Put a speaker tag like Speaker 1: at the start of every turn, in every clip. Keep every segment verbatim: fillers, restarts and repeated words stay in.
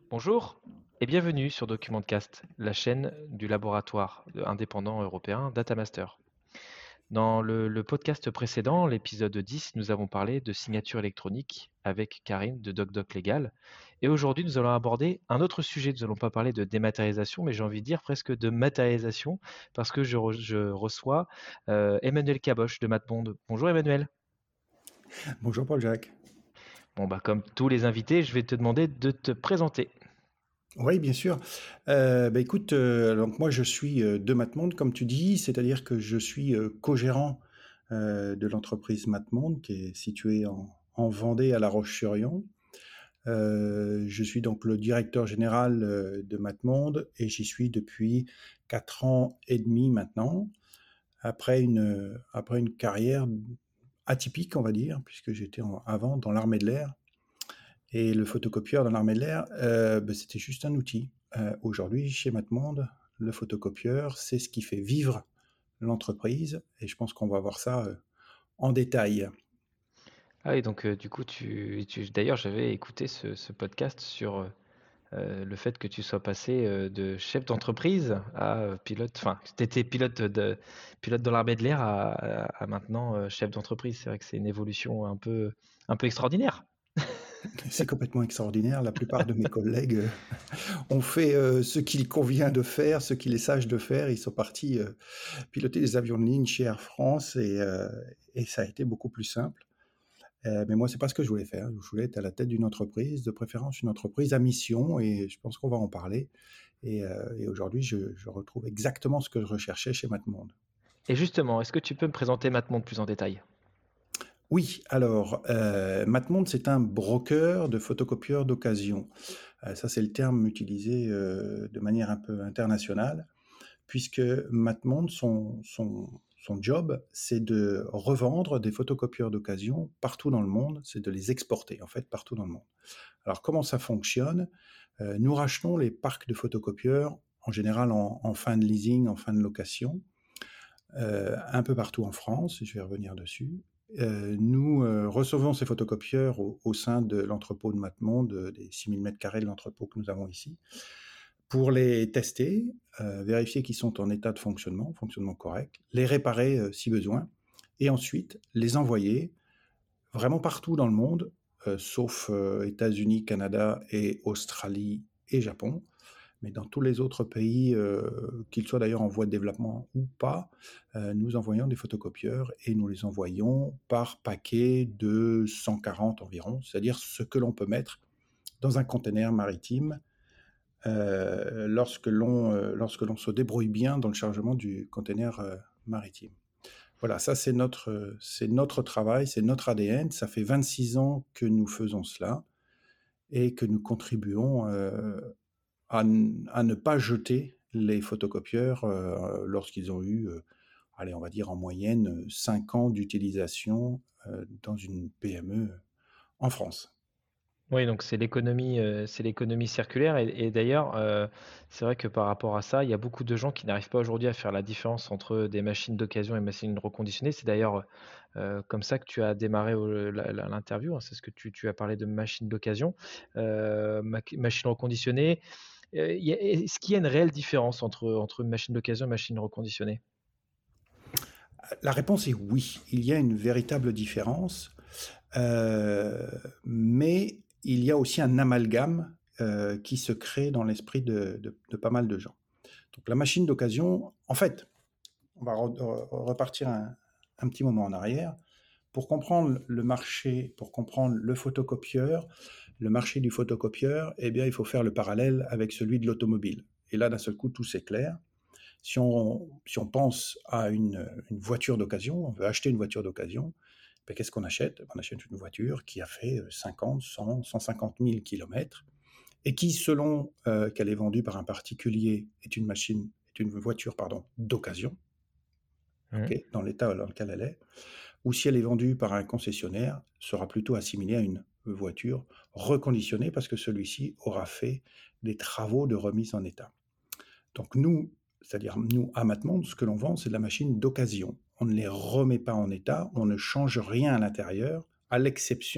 Speaker 1: Bonjour et bienvenue sur Documentcast, la chaîne du laboratoire indépendant européen Datamaster. Dans le, le podcast précédent, l'épisode dix, nous avons parlé de signature électronique avec Karine de DocDoc Legal. Et aujourd'hui, nous allons aborder un autre sujet. Nous n'allons pas parler de dématérialisation, mais j'ai envie de dire presque de matérialisation, parce que je, re- je reçois euh, Emmanuel Caboche de Matmonde. Bonjour Emmanuel.
Speaker 2: Bonjour Paul-Jacques.
Speaker 1: Bon, bah, comme tous les invités, je vais te demander de te présenter.
Speaker 2: Oui, bien sûr. Euh, bah, écoute, euh, donc moi je suis euh, de Matmonde, comme tu dis, c'est-à-dire que je suis euh, co-gérant euh, de l'entreprise Matmonde qui est située en, en Vendée à La Roche-sur-Yon. Euh, je suis donc le directeur général euh, de Matmonde et j'y suis depuis quatre ans et demi maintenant, après une, après une carrière atypique, on va dire, puisque j'étais en- avant dans l'armée de l'air. Et le photocopieur dans l'armée de l'air, euh, ben, c'était juste un outil. Euh, aujourd'hui, chez Matmonde, le photocopieur, c'est ce qui fait vivre l'entreprise. Et je pense qu'on va voir ça euh, en détail.
Speaker 1: Ah oui, donc euh, du coup, tu, tu- d'ailleurs, j'avais écouté ce, ce podcast sur euh, le fait que tu sois passé euh, de chef d'entreprise à euh, pilote, enfin, tu étais pilote, de, pilote dans l'armée de l'air à, à- à maintenant euh, chef d'entreprise. C'est vrai que c'est une évolution un peu, un peu extraordinaire.
Speaker 2: C'est complètement extraordinaire. La plupart de mes collègues euh, ont fait euh, ce qu'il convient de faire, ce qu'il est sage de faire. Ils sont partis euh, piloter des avions de ligne chez Air France et, euh, et ça a été beaucoup plus simple. Euh, mais moi, c'est pas ce que je voulais faire. Je voulais être à la tête d'une entreprise, de préférence une entreprise à mission, et je pense qu'on va en parler. Et, euh, et aujourd'hui, je, je retrouve exactement ce que je recherchais chez Matmonde.
Speaker 1: Et justement, est-ce que tu peux me présenter Matmonde plus en détail?
Speaker 2: Oui, alors, euh, Matmonde, c'est un broker de photocopieurs d'occasion. Euh, ça, c'est le terme utilisé euh, de manière un peu internationale, puisque Matmonde, son, son, son job, c'est de revendre des photocopieurs d'occasion partout dans le monde, c'est de les exporter, en fait, partout dans le monde. Alors, comment ça fonctionne? Euh, Nous rachetons les parcs de photocopieurs, en général en, en fin de leasing, en fin de location, euh, un peu partout en France, je vais revenir dessus. Euh, nous euh, recevons ces photocopieurs au, au sein de l'entrepôt de Matmonde, euh, des six mille mètres carrés de l'entrepôt que nous avons ici, pour les tester, euh, vérifier qu'ils sont en état de fonctionnement, fonctionnement correct, les réparer euh, si besoin, et ensuite les envoyer vraiment partout dans le monde, euh, sauf euh, États-Unis, Canada et Australie et Japon. Mais dans tous les autres pays, euh, qu'ils soient d'ailleurs en voie de développement ou pas, euh, nous envoyons des photocopieurs et nous les envoyons par paquet de cent quarante environ, c'est-à-dire ce que l'on peut mettre dans un conteneur maritime euh, lorsque l'on euh, lorsque l'on se débrouille bien dans le chargement du conteneur euh, maritime. Voilà, ça c'est notre, euh, c'est notre travail, c'est notre A D N. Ça fait vingt-six ans que nous faisons cela et que nous contribuons euh, à, n- à ne pas jeter les photocopieurs euh, lorsqu'ils ont eu, euh, allez, on va dire en moyenne, cinq ans d'utilisation euh, dans une P M E en France.
Speaker 1: Oui, donc c'est l'économie, euh, c'est l'économie circulaire. Et, et d'ailleurs, euh, c'est vrai que par rapport à ça, il y a beaucoup de gens qui n'arrivent pas aujourd'hui à faire la différence entre des machines d'occasion et machines reconditionnées. C'est d'ailleurs euh, comme ça que tu as démarré au- la- la- l'interview, hein. C'est ce que tu, tu as parlé de machines d'occasion, euh, ma- machines reconditionnées. Euh, il y a- Est-ce qu'il y a une réelle différence entre, entre une machine d'occasion et une machine reconditionnée?
Speaker 2: La réponse est oui, il y a une véritable différence. Euh, mais il y a aussi un amalgame euh, qui se crée dans l'esprit de, de- de pas mal de gens. Donc la machine d'occasion, en fait, on va re- re- repartir un, un petit moment en arrière. Pour comprendre le marché, pour comprendre le photocopieur, le marché du photocopieur, eh bien, il faut faire le parallèle avec celui de l'automobile. Et là, d'un seul coup, tout s'éclaire. Si on, si on pense à une, une voiture d'occasion, on veut acheter une voiture d'occasion, ben, qu'est-ce qu'on achète? On achète une voiture qui a fait cinquante, cent, cent cinquante mille kilomètres et qui, selon euh, qu'elle est vendue par un particulier, est une machine, est une voiture pardon, d'occasion,
Speaker 1: Mhm.
Speaker 2: okay, dans l'état dans lequel elle est, ou si elle est vendue par un concessionnaire, sera plutôt assimilée à une voiture reconditionnée parce que celui-ci aura fait des travaux de remise en état. Donc nous, c'est-à-dire nous, à Matmonde, ce que l'on vend, c'est de la machine d'occasion. On ne les remet pas en état, on ne change rien à l'intérieur, à l'exception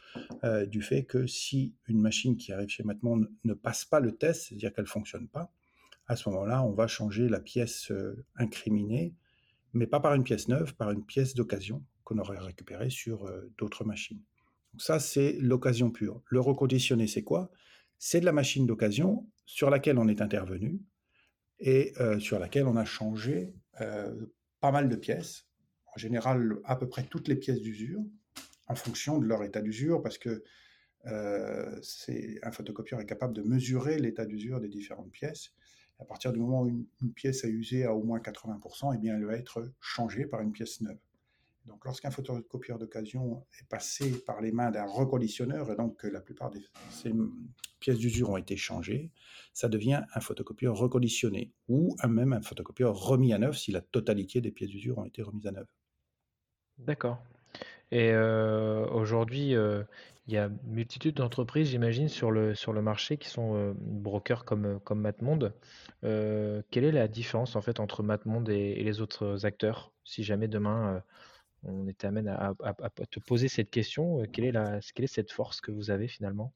Speaker 2: euh, du fait que si une machine qui arrive chez Matmonde ne passe pas le test, c'est-à-dire qu'elle ne fonctionne pas, à ce moment-là, on va changer la pièce euh, incriminée, mais pas par une pièce neuve, par une pièce d'occasion qu'on aurait récupérée sur euh, d'autres machines. Donc ça, c'est l'occasion pure. Le reconditionné, c'est quoi? C'est de la machine d'occasion sur laquelle on est intervenu et euh, sur laquelle on a changé euh, pas mal de pièces, en général à peu près toutes les pièces d'usure, en fonction de leur état d'usure, parce que euh, c'est, un photocopieur est capable de mesurer l'état d'usure des différentes pièces. À partir du moment où une, une pièce a usé à au moins quatre-vingts pour cent, eh bien, elle va être changée par une pièce neuve. Donc, lorsqu'un photocopieur d'occasion est passé par les mains d'un reconditionneur, et donc que la plupart de ces pièces d'usure ont été changées, ça devient un photocopieur reconditionné, ou même un photocopieur remis à neuf si la totalité des pièces d'usure ont été remises à neuf.
Speaker 1: D'accord. Et euh, aujourd'hui, euh, il y a multitude d'entreprises, j'imagine, sur le, sur le marché qui sont euh, brokers comme, euh, comme Matmonde. Euh, quelle est la différence en fait entre Matmonde et, et les autres acteurs? Si jamais demain euh, on était amené à, à- à- à te poser cette question, euh, quelle est la, quelle est cette force que vous avez finalement?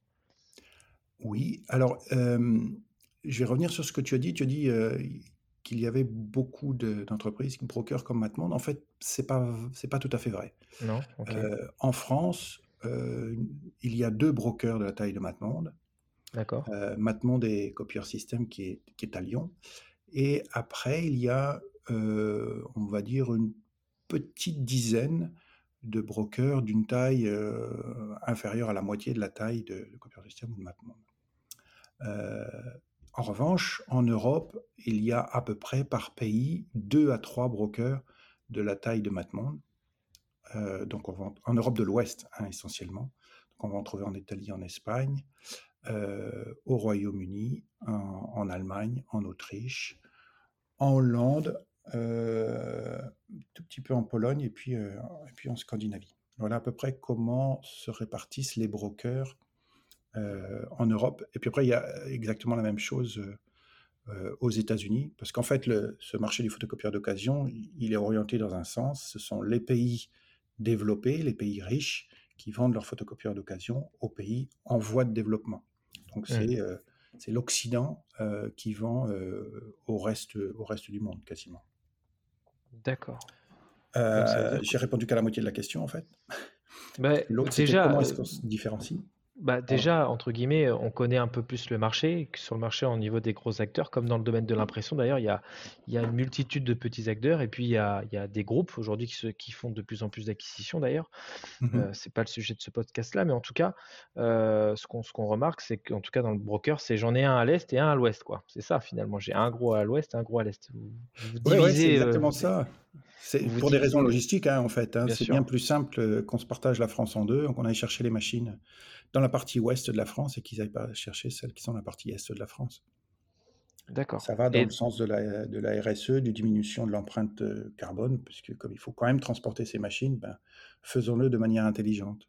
Speaker 2: Oui, alors euh, je vais revenir sur ce que tu as dit. Tu as dit euh, qu'il y avait beaucoup de- d'entreprises, brokers comme Matmonde. En fait, c'est pas c'est pas tout à fait vrai.
Speaker 1: Non? Ok.
Speaker 2: Euh, en France, euh, il y a deux brokers de la taille de Matmonde.
Speaker 1: D'accord.
Speaker 2: Euh, Matmonde et Copier System qui est, qui est à Lyon. Et après, il y a, euh, on va dire, une petite dizaine de brokers d'une taille euh, inférieure à la moitié de la taille de, de Copier System ou de Matmonde. Euh, en revanche, en Europe, il y a à peu près par pays deux à trois brokers de la taille de Matmonde. Euh, donc on va en, en Europe de l'Ouest hein, essentiellement. Donc on va en trouver en Italie, en Espagne, euh, au Royaume-Uni, en, en Allemagne, en Autriche, en Hollande, euh, un tout petit peu en Pologne et puis, euh, et puis en Scandinavie. Voilà à peu près comment se répartissent les brokers euh, en Europe. Et puis après, il y a exactement la même chose euh, aux États-Unis, parce qu'en fait, le, ce marché du photocopieur d'occasion, il est orienté dans un sens. Ce sont les pays développés, les pays riches, qui vendent leurs photocopieurs d'occasion aux pays en voie de développement. Donc
Speaker 1: Hmm.
Speaker 2: c'est euh, c'est l'Occident euh, qui vend euh, au, reste, au reste du monde, quasiment.
Speaker 1: D'accord. Donc ça veut
Speaker 2: Euh,
Speaker 1: dire que
Speaker 2: j'ai répondu qu'à la moitié de la question, en fait.
Speaker 1: bah,
Speaker 2: L'autre, c'était
Speaker 1: déjà,
Speaker 2: comment est-ce
Speaker 1: euh,
Speaker 2: qu'on se différencie?
Speaker 1: Bah
Speaker 2: Pardon.
Speaker 1: déjà, entre guillemets, on connaît un peu plus le marché. Que Sur le marché, au niveau des gros acteurs, comme dans le domaine de l'impression, d'ailleurs, il y a, il y a une multitude de petits acteurs et puis il y a, il y a des groupes aujourd'hui qui, se- qui font de plus en plus d'acquisitions, d'ailleurs. Euh,
Speaker 2: Mhm.
Speaker 1: c'est pas le sujet de ce podcast-là, mais en tout cas, euh, ce qu'on ce qu'on remarque, c'est qu'en tout cas, dans le broker, c'est j'en ai un à l'est et un à l'ouest, quoi. C'est ça, finalement. J'ai un gros à l'ouest et un gros à l'est. Vous, vous
Speaker 2: Ouais, ouais, c'est
Speaker 1: divisez, euh,
Speaker 2: exactement
Speaker 1: vous, di-
Speaker 2: ça. C'est
Speaker 1: vous vous
Speaker 2: pour des raisons
Speaker 1: divisez, euh,
Speaker 2: logistiques, hein, en fait. Hein.
Speaker 1: bien
Speaker 2: C'est bien
Speaker 1: sûr.
Speaker 2: plus simple euh, qu'on se partage la France en deux, qu'on aille chercher les machines dans la partie ouest de la France et qu'ils n'aillent pas chercher celles qui sont dans la partie est de la France.
Speaker 1: D'accord.
Speaker 2: Ça va dans le
Speaker 1: Et
Speaker 2: sens de la, de la R S E, de diminution de l'empreinte euh, carbone, puisque comme il faut quand même transporter ces machines, ben, faisons-le de manière intelligente.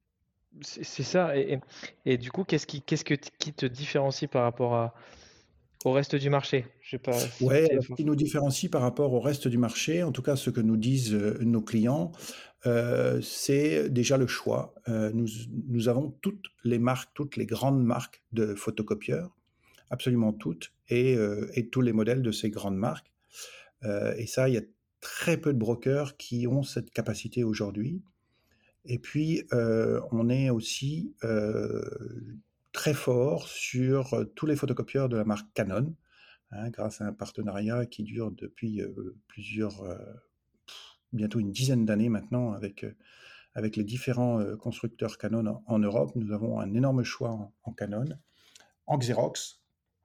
Speaker 1: c'est c'est ça. Et, et- et du coup, qu'est-ce qui, qu'est-ce que, qui te différencie par rapport à au reste du marché? Je sais pas si
Speaker 2: Ouais,
Speaker 1: c'est
Speaker 2: alors ce qui nous différencie par rapport au reste du marché, en tout cas ce que nous disent euh, nos clients, euh, c'est déjà le choix. Euh, nous, nous avons toutes les marques, toutes les grandes marques de photocopieurs, absolument toutes, et, euh, et tous les modèles de ces grandes marques. Euh, et ça, il y a très peu de brokers qui ont cette capacité aujourd'hui. Et puis, euh, on est aussi euh, très fort sur euh, tous les photocopieurs de la marque Canon, hein, grâce à un partenariat qui dure depuis euh, plusieurs, euh, bientôt une dizaine d'années maintenant avec, euh, avec les différents euh, constructeurs Canon en, en Europe. Nous avons un énorme choix en, en Canon, en Xerox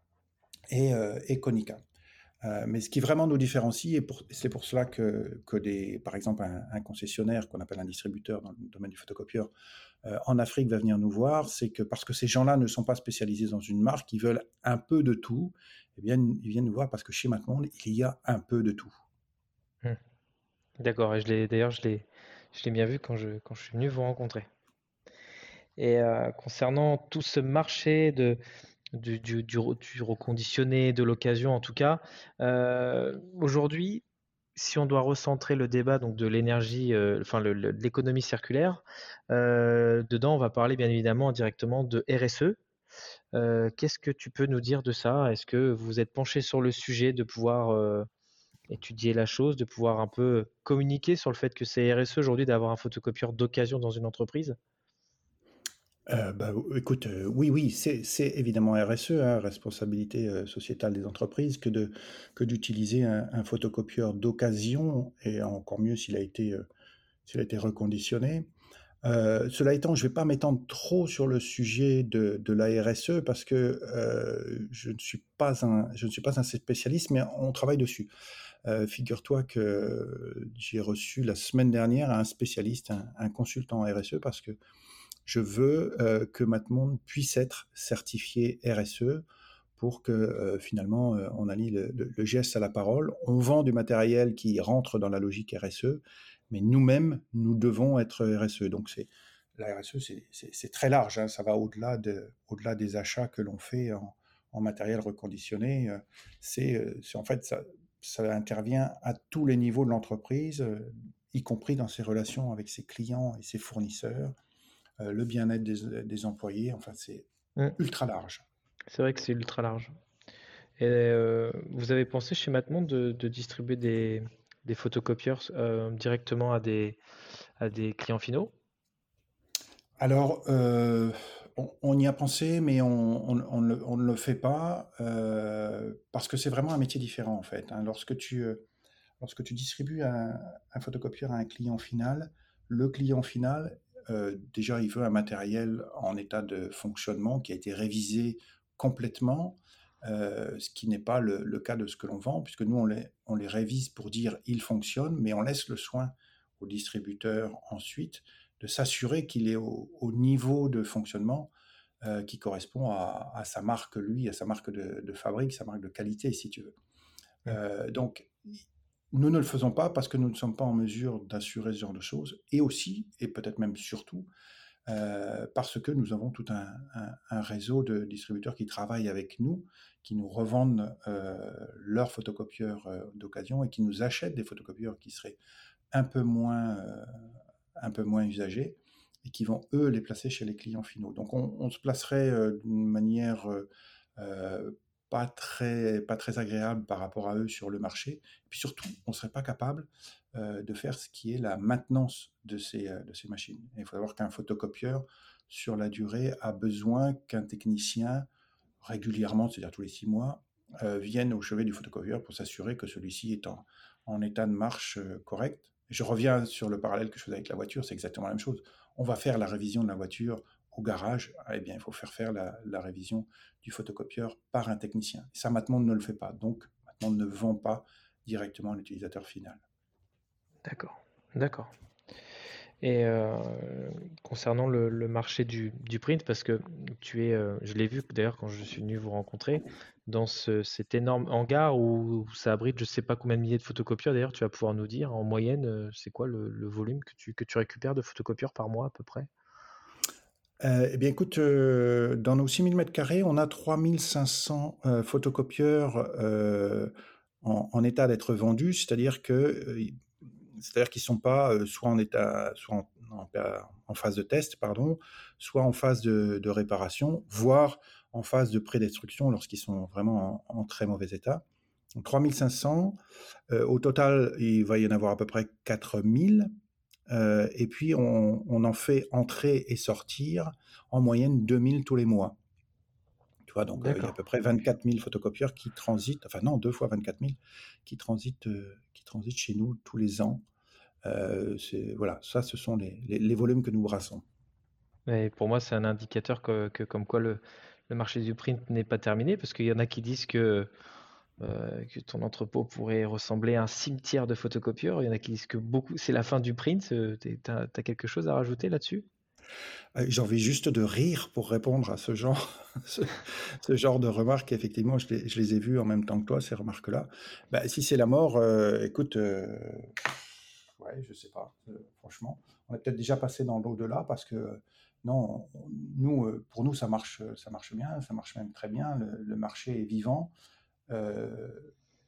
Speaker 2: et, euh, et Konica. Euh, mais ce qui vraiment nous différencie, et pour, c'est pour cela que, que des, par exemple un, un concessionnaire qu'on appelle un distributeur dans le domaine du photocopieur euh, en Afrique va venir nous voir, c'est que parce que ces gens-là ne sont pas spécialisés dans une marque, ils veulent un peu de tout, eh bien, ils viennent nous voir parce que chez Matmonde, il y a un peu de tout.
Speaker 1: Hmm. D'accord. Et je l'ai d'ailleurs, je l'ai, je l'ai bien vu quand je quand je suis venu vous rencontrer. Et euh, concernant tout ce marché de du, du, du, re- du reconditionné, de l'occasion en tout cas, euh, aujourd'hui, si on doit recentrer le débat donc de l'énergie, euh, enfin le- le- de l'économie circulaire, euh, dedans on va parler bien évidemment directement de R S E. Euh, qu'est-ce que tu peux nous dire de ça? Est-ce que vous êtes penché sur le sujet de pouvoir euh, étudier la chose, de pouvoir un peu communiquer sur le fait que c'est R S E aujourd'hui d'avoir un photocopieur d'occasion dans une entreprise?
Speaker 2: Heu, bah, écoute, heu, oui, oui, c'est c'est évidemment R S E, hein, responsabilité, heu, sociétale des entreprises, que de que d'utiliser un un photocopieur d'occasion et encore mieux s'il a été, heu, s'il a été reconditionné. Heu, cela étant, je ne vais pas m'étendre trop sur le sujet de de la R S E parce que, heu, je ne suis pas un je ne suis pas un spécialiste, mais on travaille dessus. Heu, figure-toi que j'ai reçu la semaine dernière un spécialiste, un un consultant R S E parce que je veux, heu, que Matmonde puisse être certifié R S E pour que, heu, finalement, heu, on allie le le le geste à la parole. On vend du matériel qui rentre dans la logique R S E, mais nous-mêmes, nous devons être R S E. Donc c'est la R S E, c'est c'est c'est très large, hein, ça va au-delà de au-delà des achats que l'on fait en en matériel reconditionné, heu, c'est, heu, c'est en fait ça ça intervient à tous les niveaux de l'entreprise, heu, y compris dans ses relations avec ses clients et ses fournisseurs, heu, le bien-être des des employés, enfin c'est
Speaker 1: Mm.
Speaker 2: ultra large.
Speaker 1: C'est vrai que c'est ultra large. Et euh, vous avez pensé chez Matmon de, de distribuer des, des photocopieurs euh, directement à des, à des clients finaux?
Speaker 2: Alors, heu, on on y a pensé, mais on on on ne le on ne le fait pas, heu, parce que c'est vraiment un métier différent, en fait, hein. Lorsque tu, heu, lorsque tu distribues un un photocopieur à un client final, le client final, heu, déjà, il veut un matériel en état de fonctionnement qui a été révisé complètement, heu, ce qui n'est pas le le cas de ce que l'on vend, puisque nous, on les on les révise pour dire: «Il fonctionne», mais on laisse le soin au distributeur ensuite de s'assurer qu'il est au au niveau de fonctionnement, heu, qui correspond à à sa marque, lui, à sa marque de de fabrique, sa marque de qualité, si tu veux.
Speaker 1: Mm.
Speaker 2: Heu, donc nous ne le faisons pas parce que nous ne sommes pas en mesure d'assurer ce genre de choses et aussi, et peut-être même surtout, heu, parce que nous avons tout un un un réseau de distributeurs qui travaillent avec nous, qui nous revendent, heu, leurs photocopieurs, heu, d'occasion et qui nous achètent des photocopieurs qui seraient un peu moins, heu, un peu moins usagés et qui vont, eux, les placer chez les clients finaux. Donc on on se placerait, heu, d'une manière, heu heu, pas très pas très agréable par rapport à eux sur le marché. Et puis surtout, on ne serait pas capable, heu, de faire ce qui est la maintenance de ces, heu, de ces machines. Et il faut savoir qu'un photocopieur, sur la durée, a besoin qu'un technicien, régulièrement, c'est-à-dire tous les six mois, heu, vienne au chevet du photocopieur pour s'assurer que celui-ci est en en état de marche, heu, correct. Je reviens sur le parallèle que je faisais avec la voiture, c'est exactement la même chose. On va faire la révision de la voiture au garage, eh bien, il faut faire faire la, la révision du photocopieur par un technicien. Et ça, Matmond ne le fait pas. Donc, Matmond ne vend pas directement à l'utilisateur final.
Speaker 1: D'accord, d'accord. Et euh, concernant le, le marché du, du print, parce que tu es, euh, je l'ai vu d'ailleurs quand je suis venu vous rencontrer, dans ce, cet énorme hangar où ça abrite je sais pas combien de milliers de photocopieurs, d'ailleurs tu vas pouvoir nous dire en moyenne, euh, c'est quoi le, le volume que tu, que tu récupères de photocopieurs par mois à peu près?
Speaker 2: Euh, eh bien, écoute, euh, dans nos six mille mètres carrés, on a trois mille cinq cents euh, photocopieurs euh, en, en état d'être vendus, c'est-à-dire que, euh, c'est-à-dire qu'ils sont pas euh, soit en état, soit en, en, en phase de test, pardon, soit en phase de, de réparation, voire en phase de prédestruction lorsqu'ils sont vraiment en, en très mauvais état. Donc trois mille cinq cents. Euh, au total, il va y en avoir à peu près quatre mille. Euh, et puis, on, on en fait entrer et sortir en moyenne deux mille tous les mois. Tu vois, donc euh, il y a à
Speaker 1: D'accord.
Speaker 2: peu près vingt-quatre mille photocopieurs qui transitent, enfin non, deux fois vingt-quatre mille, qui transitent, euh, qui transitent chez nous tous les ans. Euh, c'est, voilà, ça, ce sont les, les, les volumes que nous brassons.
Speaker 1: Et pour moi, c'est un indicateur que, que comme quoi le, le marché du print n'est pas terminé, parce qu'il y en a qui disent que, euh, que ton entrepôt pourrait ressembler à un cimetière de photocopieurs. Il y en a qui disent que beaucoup, c'est la fin du print. Euh, t'es- T'as, t'as quelque chose à rajouter là-dessus?
Speaker 2: Euh, J'ai envie juste de rire pour répondre à ce genre, ce, ce genre de remarques. Effectivement, je les, je les ai vues en même temps que toi, ces remarques-là. Bah, si c'est la mort, euh, écoute, euh, ouais, je sais pas, euh, franchement. On est peut-être déjà passé dans l'au-delà parce que non, on- nous, euh, pour nous, ça marche, ça marche bien, ça marche même très bien. Le, le marché est vivant. Euh,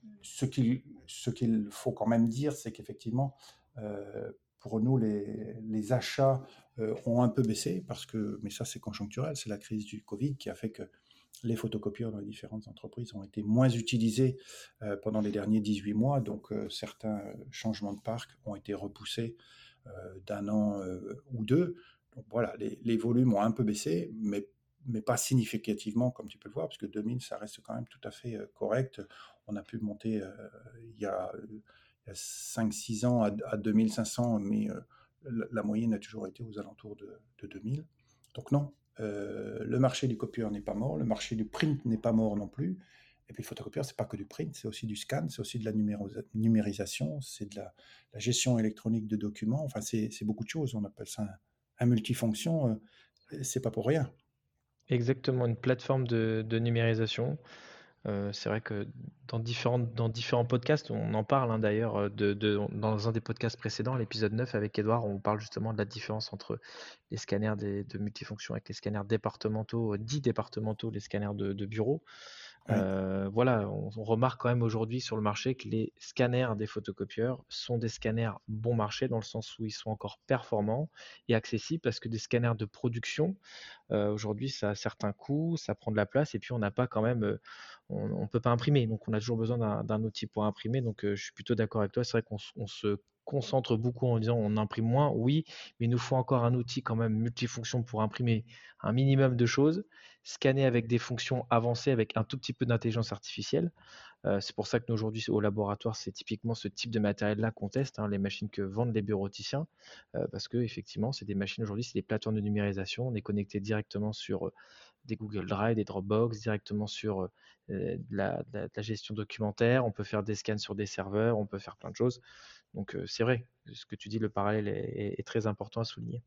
Speaker 2: ce qu'il ce qu'il faut quand même dire, c'est qu'effectivement, euh, pour nous, les, les achats euh, ont un peu baissé, parce que, mais ça c'est conjoncturel, c'est la crise du Covid qui a fait que les photocopieurs dans les différentes entreprises ont été moins utilisés euh, pendant les derniers dix-huit mois, donc euh, certains changements de parc ont été repoussés euh, d'un an euh, ou deux. Donc voilà, les, les volumes ont un peu baissé, mais mais pas significativement, comme tu peux le voir, parce que deux mille, ça reste quand même tout à fait euh, correct. On a pu monter euh, il y a, a cinq six ans à, à deux mille cinq cents, mais euh, la, la, moyenne a toujours été aux alentours de, de deux mille. Donc non, euh, le marché du copieur n'est pas mort, le marché du print n'est pas mort non plus. Et puis le photocopieur, c'est pas que du print, c'est aussi du scan, c'est aussi de la numérisation, c'est de la, la, gestion électronique de documents. Enfin, c'est beaucoup de choses. On appelle ça un, un multifonction. Euh, c'est pas pour rien.
Speaker 1: Exactement, une plateforme de, de numérisation. Euh, c'est vrai que dans, différentes, dans différents podcasts, on en parle hein, d'ailleurs, de, de, dans un des podcasts précédents, l'épisode neuf avec Edouard, on parle justement de la différence entre les scanners des, de multifonctions avec les scanners départementaux, dits départementaux, les scanners de, de bureau.
Speaker 2: Ouais.
Speaker 1: Euh, voilà, on, on remarque quand même aujourd'hui sur le marché que les scanners des photocopieurs sont des scanners bon marché dans le sens où ils sont encore performants et accessibles parce que des scanners de production, euh, aujourd'hui, ça a certains coûts, ça prend de la place et puis on n'a pas quand même, euh, on ne peut pas imprimer. Donc on a toujours besoin d'un outil pour imprimer. Donc euh, je suis plutôt d'accord avec toi. C'est vrai qu'on on se concentre beaucoup en disant on imprime moins, oui, mais il nous faut encore un outil quand même multifonction pour imprimer un minimum de choses, scanner avec des fonctions avancées, avec un tout petit peu d'intelligence artificielle. Euh, c'est pour ça que nous, aujourd'hui, au laboratoire, c'est typiquement ce type de matériel-là qu'on teste, hein, les machines que vendent les bureauticiens, euh, parce que effectivement, c'est des machines aujourd'hui, c'est des plateformes de numérisation. On est connecté directement sur euh, des Google Drive, des Dropbox, directement sur euh, de la, de la- de la gestion documentaire. On peut faire des scans sur des serveurs, on peut faire plein de choses. Donc, euh, c'est vrai, ce que tu dis, le parallèle est, est- est très important à souligner.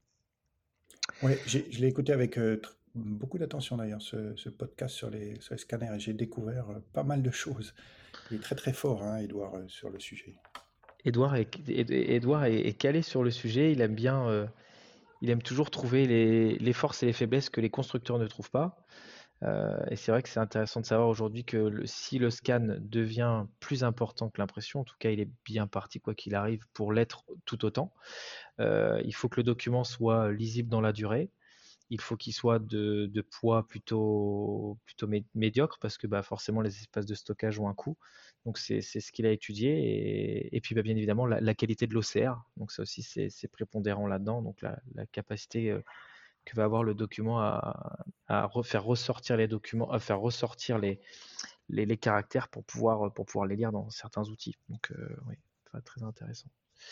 Speaker 2: Ouais, j'ai- je l'ai écouté avec euh, tr- beaucoup d'attention d'ailleurs, ce, ce podcast sur les, sur les scanners, et j'ai découvert euh, pas mal de choses. Il est très très fort, hein, Edouard, euh, sur le sujet.
Speaker 1: Edouard est, Ed- Edouard est- est calé sur le sujet. Il aime bien, euh, il aime toujours trouver les, les forces et les faiblesses que les constructeurs ne trouvent pas. Euh, et c'est vrai que c'est intéressant de savoir aujourd'hui que le- si le scan devient plus important que l'impression, en tout cas il est bien parti quoi qu'il arrive pour l'être tout autant. Euh, il faut que le document soit lisible dans la durée. Il faut qu'il soit de, de poids plutôt, plutôt mé- médiocre parce que bah, forcément les espaces de stockage ont un coût. Donc c'est c'est ce qu'il a étudié. Et, et puis bah, bien évidemment la, la qualité de l'O C R. Donc ça aussi c'est c'est prépondérant là-dedans. Donc la, la capacité euh, que va avoir le document à, à refaire ressortir les documents, à faire ressortir les, les, les caractères pour pouvoir, pour pouvoir les lire dans certains outils. Donc euh, oui, enfin, très intéressant.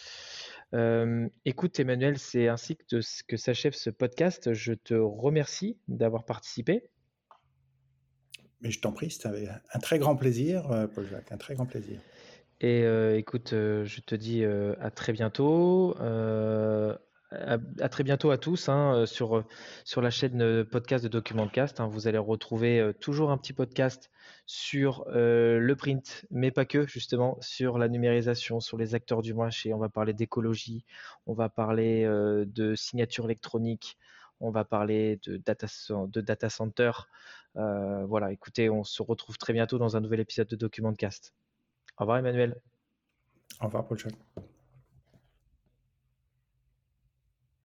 Speaker 1: Euh, écoute Emmanuel, c'est ainsi que, de- que s'achève ce podcast. Je te remercie d'avoir participé.
Speaker 2: Mais je t'en prie, c'était un très grand plaisir, euh, Paul-Jacques, un très grand plaisir.
Speaker 1: Et euh, écoute, euh, je te dis euh, à très bientôt. Euh, à, à très bientôt à tous hein, euh, sur, euh, sur la chaîne euh, podcast de Documentcast. Hein. Vous allez retrouver euh, toujours un petit podcast sur euh, le print, mais pas que, justement, sur la numérisation, sur les acteurs du marché. On va parler d'écologie, on va parler euh, de signature électronique, on va parler de data, de data center. Euh, voilà, écoutez, on se retrouve très bientôt dans un nouvel épisode de Documentcast. Au revoir Emmanuel.
Speaker 2: Au revoir, Paul-Jacques.